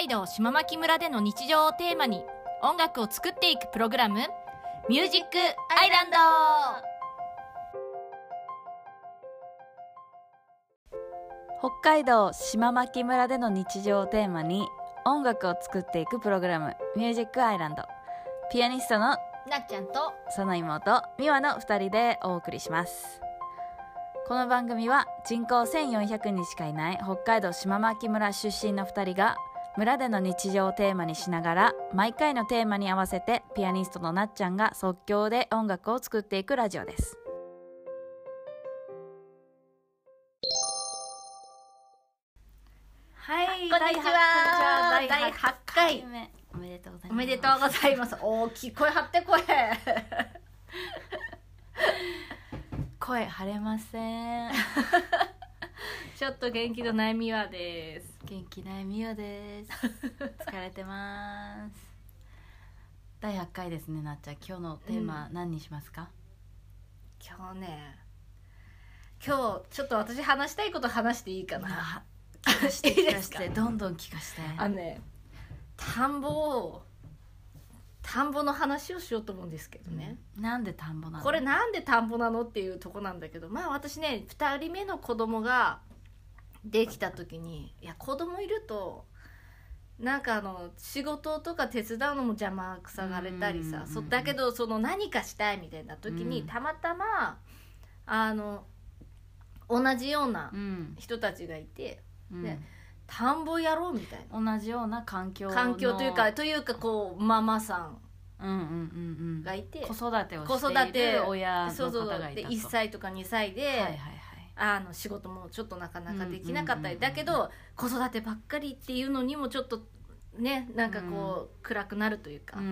海道島牧村での日常をテーマに音楽を作っていくプログラム、ミュージックアイランド。 北海道島牧村での日常をテーマに音楽を作っていくプログラム、ミュージックアイランド。ピアニストのなっちゃんとその妹美和の2人でお送りします。この番組は人口1400人しかいない北海道島牧村出身の2人が村での日常をテーマにしながら、毎回のテーマに合わせてピアニストのなっちゃんが即興で音楽を作っていくラジオです。 はい、こんにちは。第8回目おめでとうございます。 おめでとうございます。大きい声張って声声張れませんちょっと元気のないみわです。 元気ないみわです疲れてます第8回ですね。なっちゃん、今日のテーマ、何にしますか？ 今日ちょっと私話したいこと話していいかな。 聞かしていいですか？ どんどん聞かして。 田んぼの話をしようと思うんですけどね、 なんで田んぼなの？ これなんで田んぼなのっていうとこなんだけど、私ね、2人目の子供ができた時に、いや子供いるとなんか仕事とか手伝うのも邪魔くさがれたりさ、だけどその何かしたいみたいな時に、たまたま同じような人たちがいて、で田んぼやろうみたいな、 同じような環境というかこうママさんがいて、 子育てをしている親の方がいたと。 で1歳とか2歳で、仕事もちょっとなかなかできなかったり、だけど子育てばっかりっていうのにもちょっとね、なんかこう、暗くなるというか、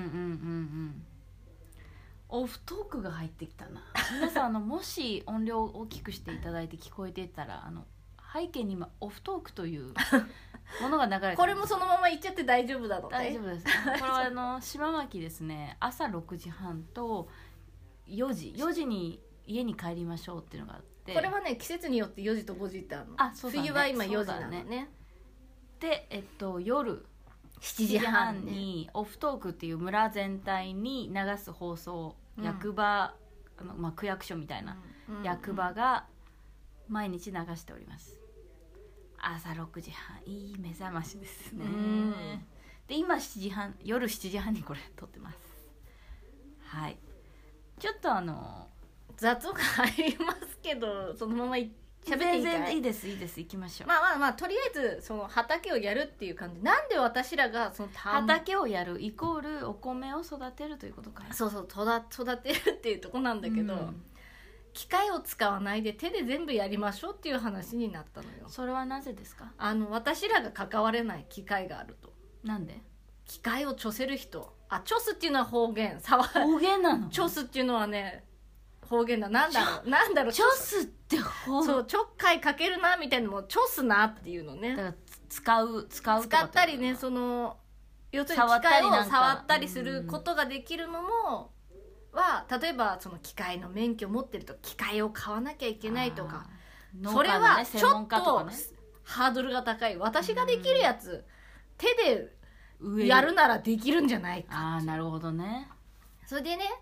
オフトークが入ってきたな皆さんもし音量を大きくしていただいて聞こえてたら、背景に今オフトークというものが流れてるこれもそのまま言っちゃって大丈夫だろうね。 大丈夫ですこれは島牧ですね。朝6時半と4時に家に帰りましょうっていうのがあって、 これはね、季節によって4時と5時ってあるの。 そうだね、 冬は今4時なのね。 で、夜7時半にオフトークっていう村全体に流す放送、役場区役所みたいな役場が毎日流しております。朝6時半、いい目覚ましですね。で今夜7時半にこれ撮ってます。はい、ちょっと雑音が入りますけど、そのまま喋っていいかい？ 全然いいです行きましょう。 とりあえずその畑をやるっていう感じ。なんで私らがその畑をやるイコールお米を育てるということか。 そう育てるっていうとこなんだけど、機械を使わないで手で全部やりましょうっていう話になったのよ。 それはなぜですか？ 私らが関われない機械があると。 なんで？機械をちょせる人、ちょすっていうのは方言なの？ ちょすっていうのはね、方言だ。なんだろうちょすってそう、ちょっかいかけるなみたいなのもちょすなっていうのね。 だから使ったりね、要するに機械を触ったりすることができるのも例えばその機械の免許を持ってると機械を買わなきゃいけないとか、それはちょっとハードルが高い。私ができるやつ、手でやるならできるんじゃないか。 なるほどね。 それでね、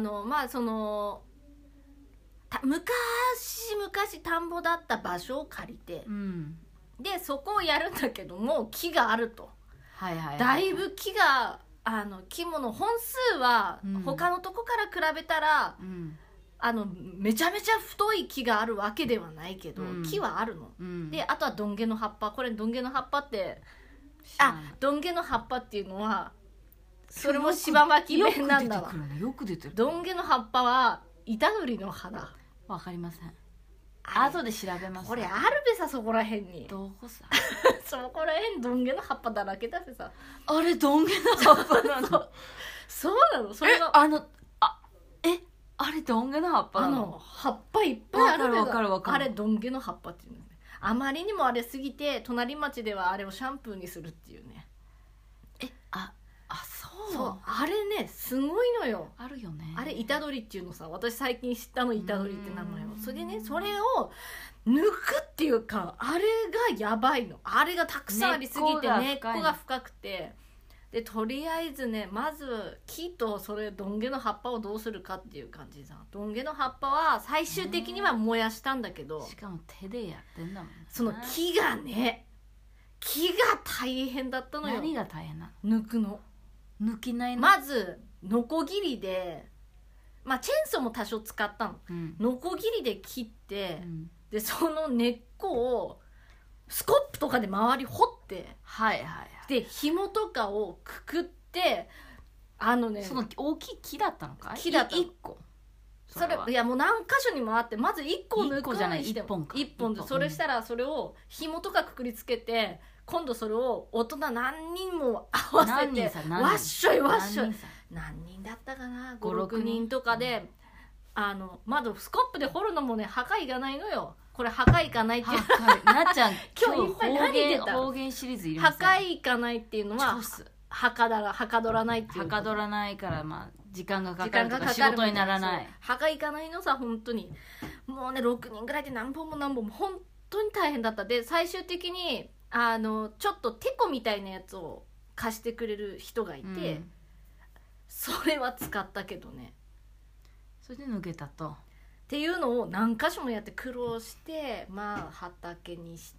昔田んぼだった場所を借りて、でそこをやるんだけども、木があると、だいぶ木の本数は他のとこから比べたら、めちゃめちゃ太い木があるわけではないけど、木はあるの、であとはどんげの葉っぱ。これどんげの葉っぱってどんげの葉っぱっていうのは、それも柴巻弁なんだわ。 よく出てる。 どんげの葉っぱは板栗の葉だ。 わかりません。後で調べます。 これあるべさ、そこらへんに。 どこさそこらへんどんげの葉っぱだらけだべさ。 あれどんげの葉っぱなの？ そうなの。それがあれどんげの葉っぱなの？ 葉っぱいっぱいあるべさ。 わかるあれどんげの葉っぱっていうのね。あまりにもあれすぎて、隣町ではあれをシャンプーにするっていうね。 そうあれねすごいのよ。 あるよね。 あれイタドリっていうのさ、私最近知ったのイタドリって名前を。それでねそれを抜くっていうか、あれがやばいの。あれがたくさんありすぎて根っこが深くて、でとりあえずねまず木とそれどんげの葉っぱをどうするかっていう感じさ。どんげの葉っぱは最終的には燃やしたんだけど、 しかも手でやってんだもんね。 その木が大変だったのよ。 何が大変なの？抜くの。 抜きないの？ まずノコギリで、まあチェーンソーも多少使ったの、ノコギリで切って、でその根っこをスコップとかで周り掘って、で紐とかをくくって、その大きい木だったのか？ 木だったの。 1個それいやもう何箇所にもあって、まず1個抜くにしても 1本で、それしたらそれを紐とかくくりつけて、今度それを大人何人も合わせてわっしょいわっしょい、何人だったかな、5、6人とかで、まずスコップで掘るのもね墓いかないのよ。これ墓いかないっていうなっちゃん今日いっぱい何出た方言シリーズいりません。 墓いかないっていうのははかどらないっていう、 はかどらないからまあ時間がかかるとか仕事にならない、 墓いかないのさ。本当にもうね6人ぐらいで何本も本当に大変だった。で最終的にちょっとテコみたいなやつを貸してくれる人がいて、それは使ったけどね。 それで抜けたとっていうのを何箇所もやって苦労して、まあ畑にして、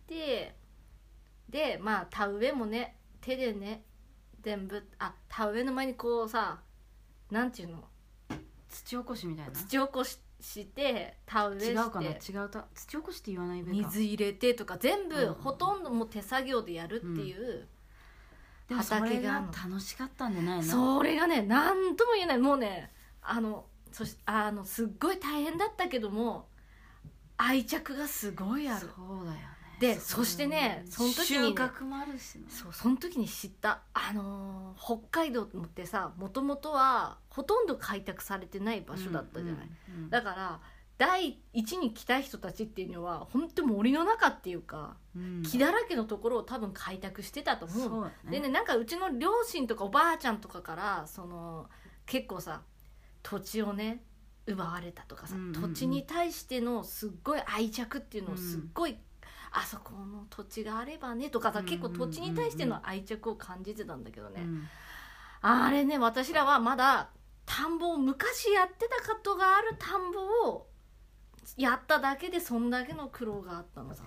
でまあ田植えもね手でね全部田植えの前にこうさ、なんていうの、 土起こしみたいな、 土起こして田植えして、 違うかな、違う土起こしって言わないべか、 水入れてとか全部、ほとんどもう手作業でやるっていう、 でもそれが楽しかったんじゃないの？ それがね何とも言えない。もうねすっごい大変だったけども愛着がすごいある。 そうだよね。 でそしてねその時に、 収穫もあるしね。 その時に知った、北海道ってさもともとはほとんど開拓されてない場所だったじゃない、だから第一に来た人たちっていうのは本当森の中っていうか、木だらけのところを多分開拓してたと思う。でね、なんかうちの両親とかおばあちゃんとかから結構さ土地をね奪われたとかさ、土地に対してのすっごい愛着っていうのをすっごい、あそこの土地があればねとかさ、結構土地に対しての愛着を感じてたんだけどね、あれね私らはまだ田んぼを昔やってたことがある田んぼをやっただけでそんだけの苦労があったのさ。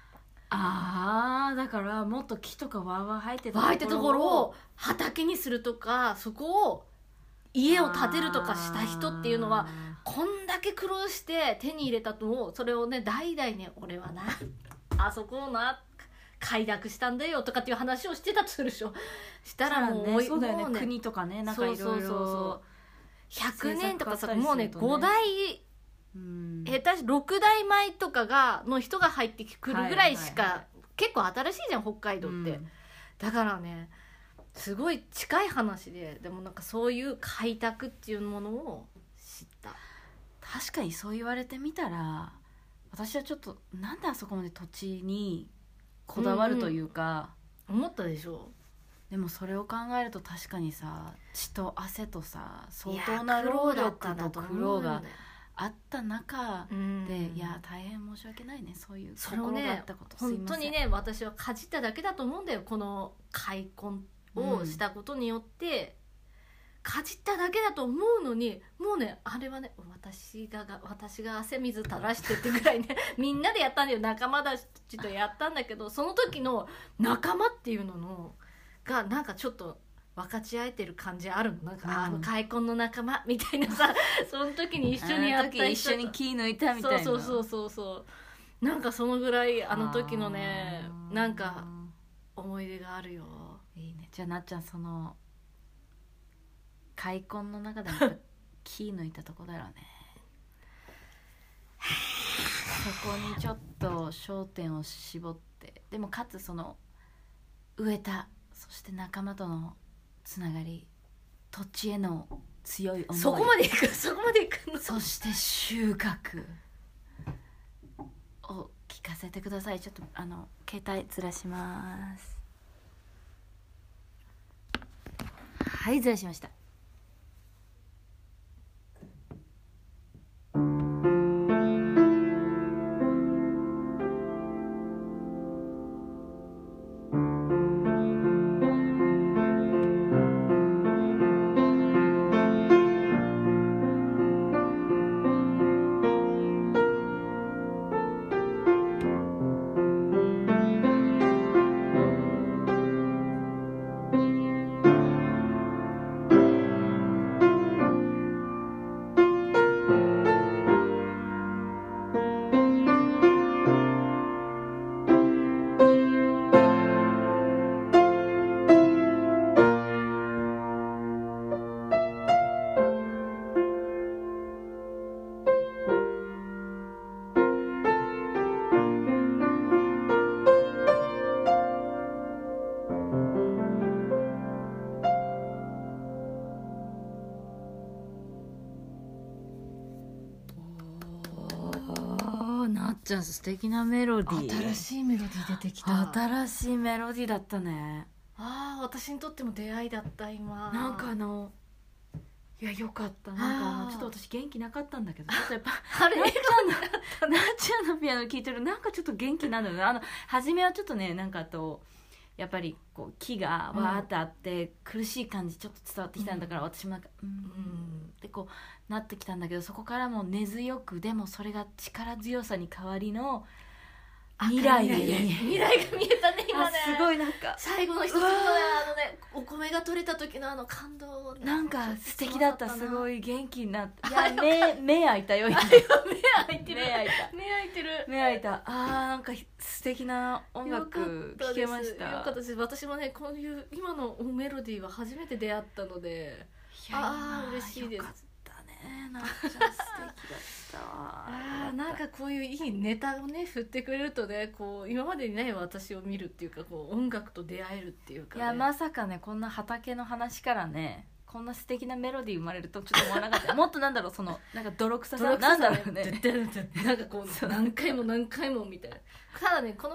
だからもっと木とかわーわー生えてたところを畑にするとか、そこを家を建てるとかした人っていうのはこんだけ苦労して手に入れたと、それをね代々ね俺はなあそこをな開拓したんだよとかっていう話をしてたとするでしょ。したらもう、 そうだよね、国とかね、なんかいろいろ 100年とかさ、もうね5代下手し6代前とかの人が入ってくるぐらいしか、結構新しいじゃん北海道って、だからねすごい近い話で、でもなんかそういう開拓っていうものを知った。 確かにそう言われてみたら、私はちょっとなんであそこまで土地にこだわるというか、 思ったでしょ。 でもそれを考えると確かにさ、血と汗とさ相当な労力と苦労があった中で、いや大変申し訳ないね、そういう心があったこと、 それをね本当にね私はかじっただけだと思うんだよ。この開墾をしたことによって、かじっただけだと思うのに、もうねあれはね私が汗水垂らしてってぐらいねみんなでやったんだよ、仲間たちとやったんだけど、その時の仲間っていうのがなんかちょっと分かち合えてる感じあるの。なんか、開墾の仲間みたいなさその時に一緒にやった人一緒に木抜いたみたいな、 そうなんかそのぐらいあの時のねなんか思い出があるよ。 いいね。じゃあなっちゃんその開墾の中でも木抜いたとこだよねそこにちょっと焦点を絞って、でもかつその植えた、そして仲間とのつながり、土地への強い思い、 そこまでいくの、 そして収穫を聞かせてください。ちょっと携帯ずらします。 はいずらしました。なっちゃん素敵なメロディー。 新しいメロディー出てきた。 新しいメロディーだったね。 ああ、私にとっても出会いだった今。 なんかいやよかった。なんかちょっと私元気なかったんだけど、ちょっとやっぱあれなっちゃんのピアノ聴いてるなんかちょっと元気なんだよね。初めはちょっとねなんかやっぱりこう木がわーってあって、苦しい感じちょっと伝わってきたんだから、私もなんかってこうなってきたんだけど、そこからもう根強くでもそれが力強さに変わりの未来が見えたね今ね。 すごいなんか最後の一つのねお米が取れた時の感動なんか素敵だった。すごい元気になって、いや目開いたよ今。 目開いてる。 目開いた。なんか素敵な音楽聴けました。 よかったです。私もねこういう今のメロディーは初めて出会ったので、嬉しいです。 よかったね。なんか素敵だったわ。 なんかこういういいネタをね振ってくれるとね、こう今までにない私を見るっていうか、こう音楽と出会えるっていうか、ね、 いやまさかねこんな畑の話からねこんな素敵なメロディー生まれるとちょっと思わなかった。もっとなんだろうなんか泥臭さなんだろうね。 なんかこう何回もみたいな。ただねこの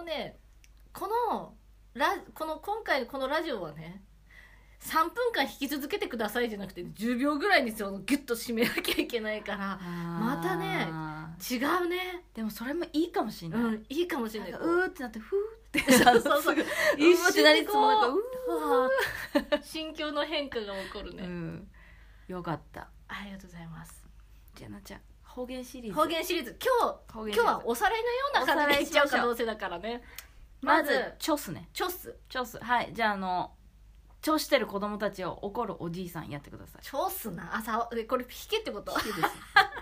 今回のこのラジオはね、3分間弾き続けてくださいじゃなくて10秒ぐらいにギュッと締めなきゃいけないから、またね違うね。 でもそれもいいかもしれない。 いいかもしれない。 うーってなってふーってそう一瞬でいつもなんか心境の変化が起こるね。 よかった。 ありがとうございます。 じゃあなっちゃん方言シリーズ今日はおさらいのような感じでいっちゃうかどうせだからね。 まずチョス。はい。じゃあチョしてる子供たちを怒るおじいさんやってください。 チョスな。これ弾けってこと？弾けです。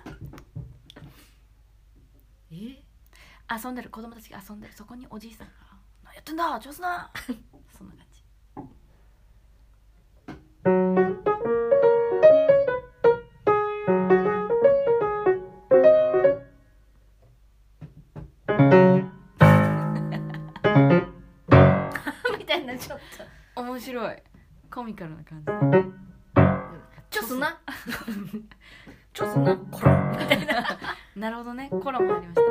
遊んでる子供たちが遊んでる、そこにおじいさんが何やってんだチョスなそんな感じ。 みたいな。ちょっと面白いコミカルな感じでチョスなチョスなコロみたいな。 なるほどね、コロもありました。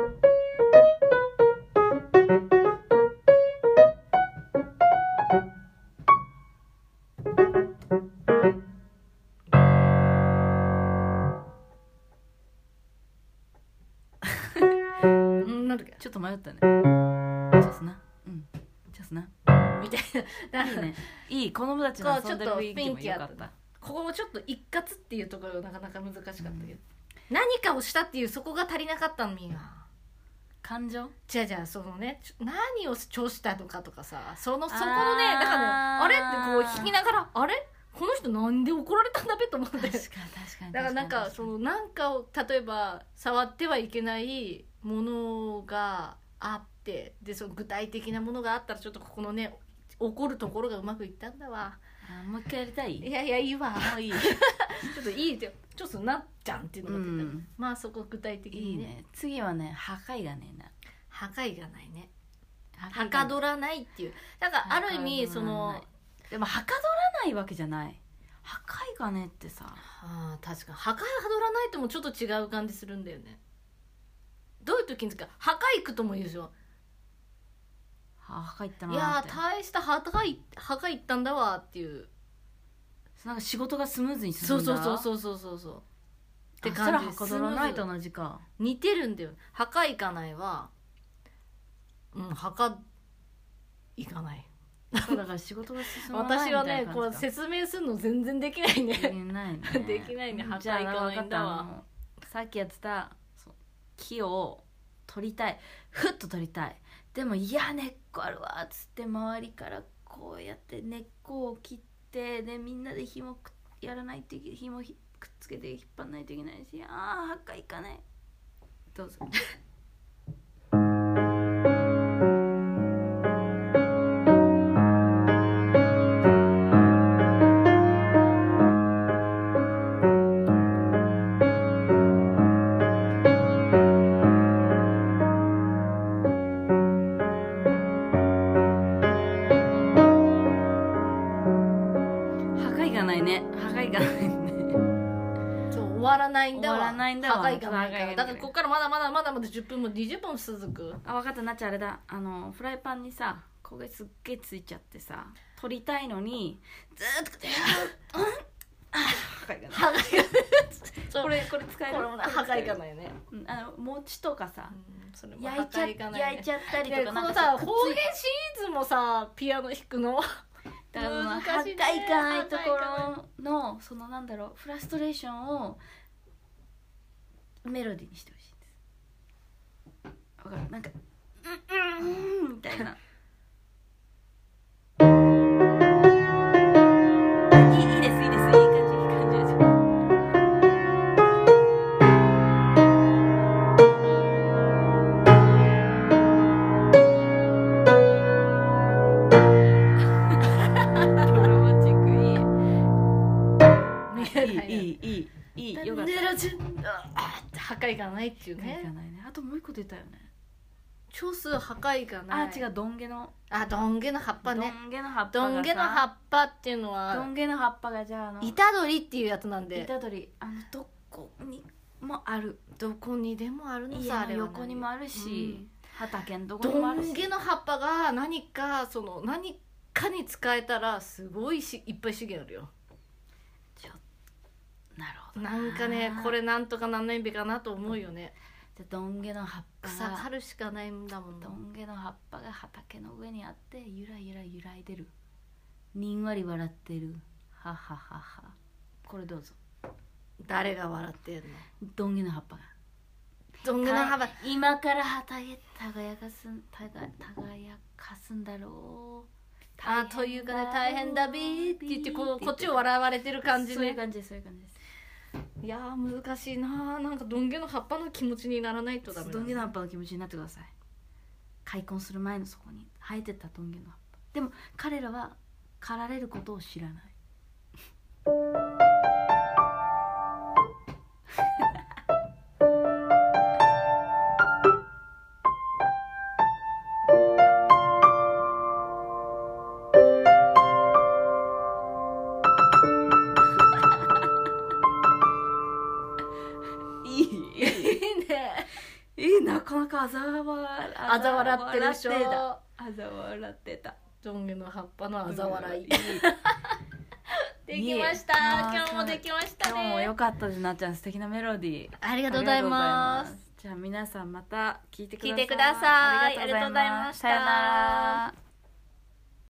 なんだっけ、 ちょっと迷ったね。チョスな、チョスなみたいな。 いいね。いい子供たちの遊んでる雰囲気も良かった。 ここもちょっと一括っていうところがなかなか難しかったけど、何かをしたっていうそこが足りなかったのには感情？ じゃあそのね、何を調したのかとかさ、そこのね、だからね、あれってこう弾きながら、あれこの人なんで怒られたんだべと思って。 確かに。 だからなんかなんかを例えば触ってはいけないものがあって、でその具体的なものがあったらちょっとここのね怒るところがうまくいったんだわ。 もう一回やりたい？ いやいいわ。もういい。ちょっといいってちょっとなっちゃんっていうのが出た、まあそこ具体的に ね。 次はね破壊がねえな。 破壊がないね。はかどらないっていう。だからある意味でもはかどらないわけじゃない。破壊がねってさ。 確かに破壊はどらないともちょっと違う感じするんだよね。どういう時にですか？破壊いくとも言うでしょ。 破壊いったな。 いや大した破壊いったんだわっていう。 なんか仕事がスムーズに進そうんだ。 そうって感じ。 それははかどらないと同じか。 似てるんだよ。墓行かないは墓行かない。 そうだから仕事が進まないみたいな感じか。 私はねこう説明するの全然できないね。 できないねできないね。墓じゃあ行かないんだわ。 さっきやってた木を取りたい、ふっと取りたい、でもいや根っこあるわっつって周りからこうやって根っこを切って、でみんなで紐やらないといけない、紐くっつけて引っ張らないといけないし、墓行かない。どうぞ。 終わらないんだわ。 終わらないんだわ。 墓行かないから。だからここからまだ10分も20分も続く。 分かった。なっちゃあれだ、フライパンにさ焦げすっげえついちゃってさ、取りたいのにずーっと墓行かない。これ使える。 墓行かないよね。 餅とかさ、 それも墓行かないね。 焼いちゃったりとか、 このさ方言シリーズもさピアノ弾くのだから難しいね。 墓行かないところのそのなんだろう、フラストレーションをメロディーにしてほしいんです。わかる？なんかみたいな。いいですいいです、いい感じいい感じです。いいよかった。 墓行かないっていうね。 あともう一個出たよね。 超数墓行かない。 違う、どんげの葉っぱね。 どんげの葉っぱがさ、 どんげの葉っぱっていうのはどんげの葉っぱがじゃあ板取りっていうやつなんで。 板取りどこにもある。 どこにでもあるのさ。 あれ横にもあるし、畑のどこにもあるし。 どんげの葉っぱが何かに使えたらすごいいっぱい資源あるよ。 なるほど。 なんかね、これなんとかなんないんべかなと思うよね。 どんげの葉っぱが草刈るしかないんだもん。 どんげの葉っぱが畑の上にあって、ゆらゆら揺らいでる、にんわり笑ってる、はははは。これどうぞ。 誰が笑ってんの？ どんげの葉っぱが。 どんげの葉っぱ。 今から畑耕すんだろう。 というかね、大変だべーって言ってこっちを笑われてる感じね。 そういう感じです、そういう感じです。 いやー難しいな。なんかどんげの葉っぱの気持ちにならないとダメだ。 どんげの葉っぱの気持ちになってください。開墾する前のそこに生えてたどんげの葉っぱ。でも彼らは刈られることを知らない。なかなかあざ笑ってるでしょ。あざ笑ってた。 どんげの葉っぱのあざ笑い。できました。今日もできましたね。 今日も良かったです。なっちゃん素敵なメロディーありがとうございます。 じゃあ皆さんまた聞いてください。 聞いてください。ありがとうございました。 さよなら。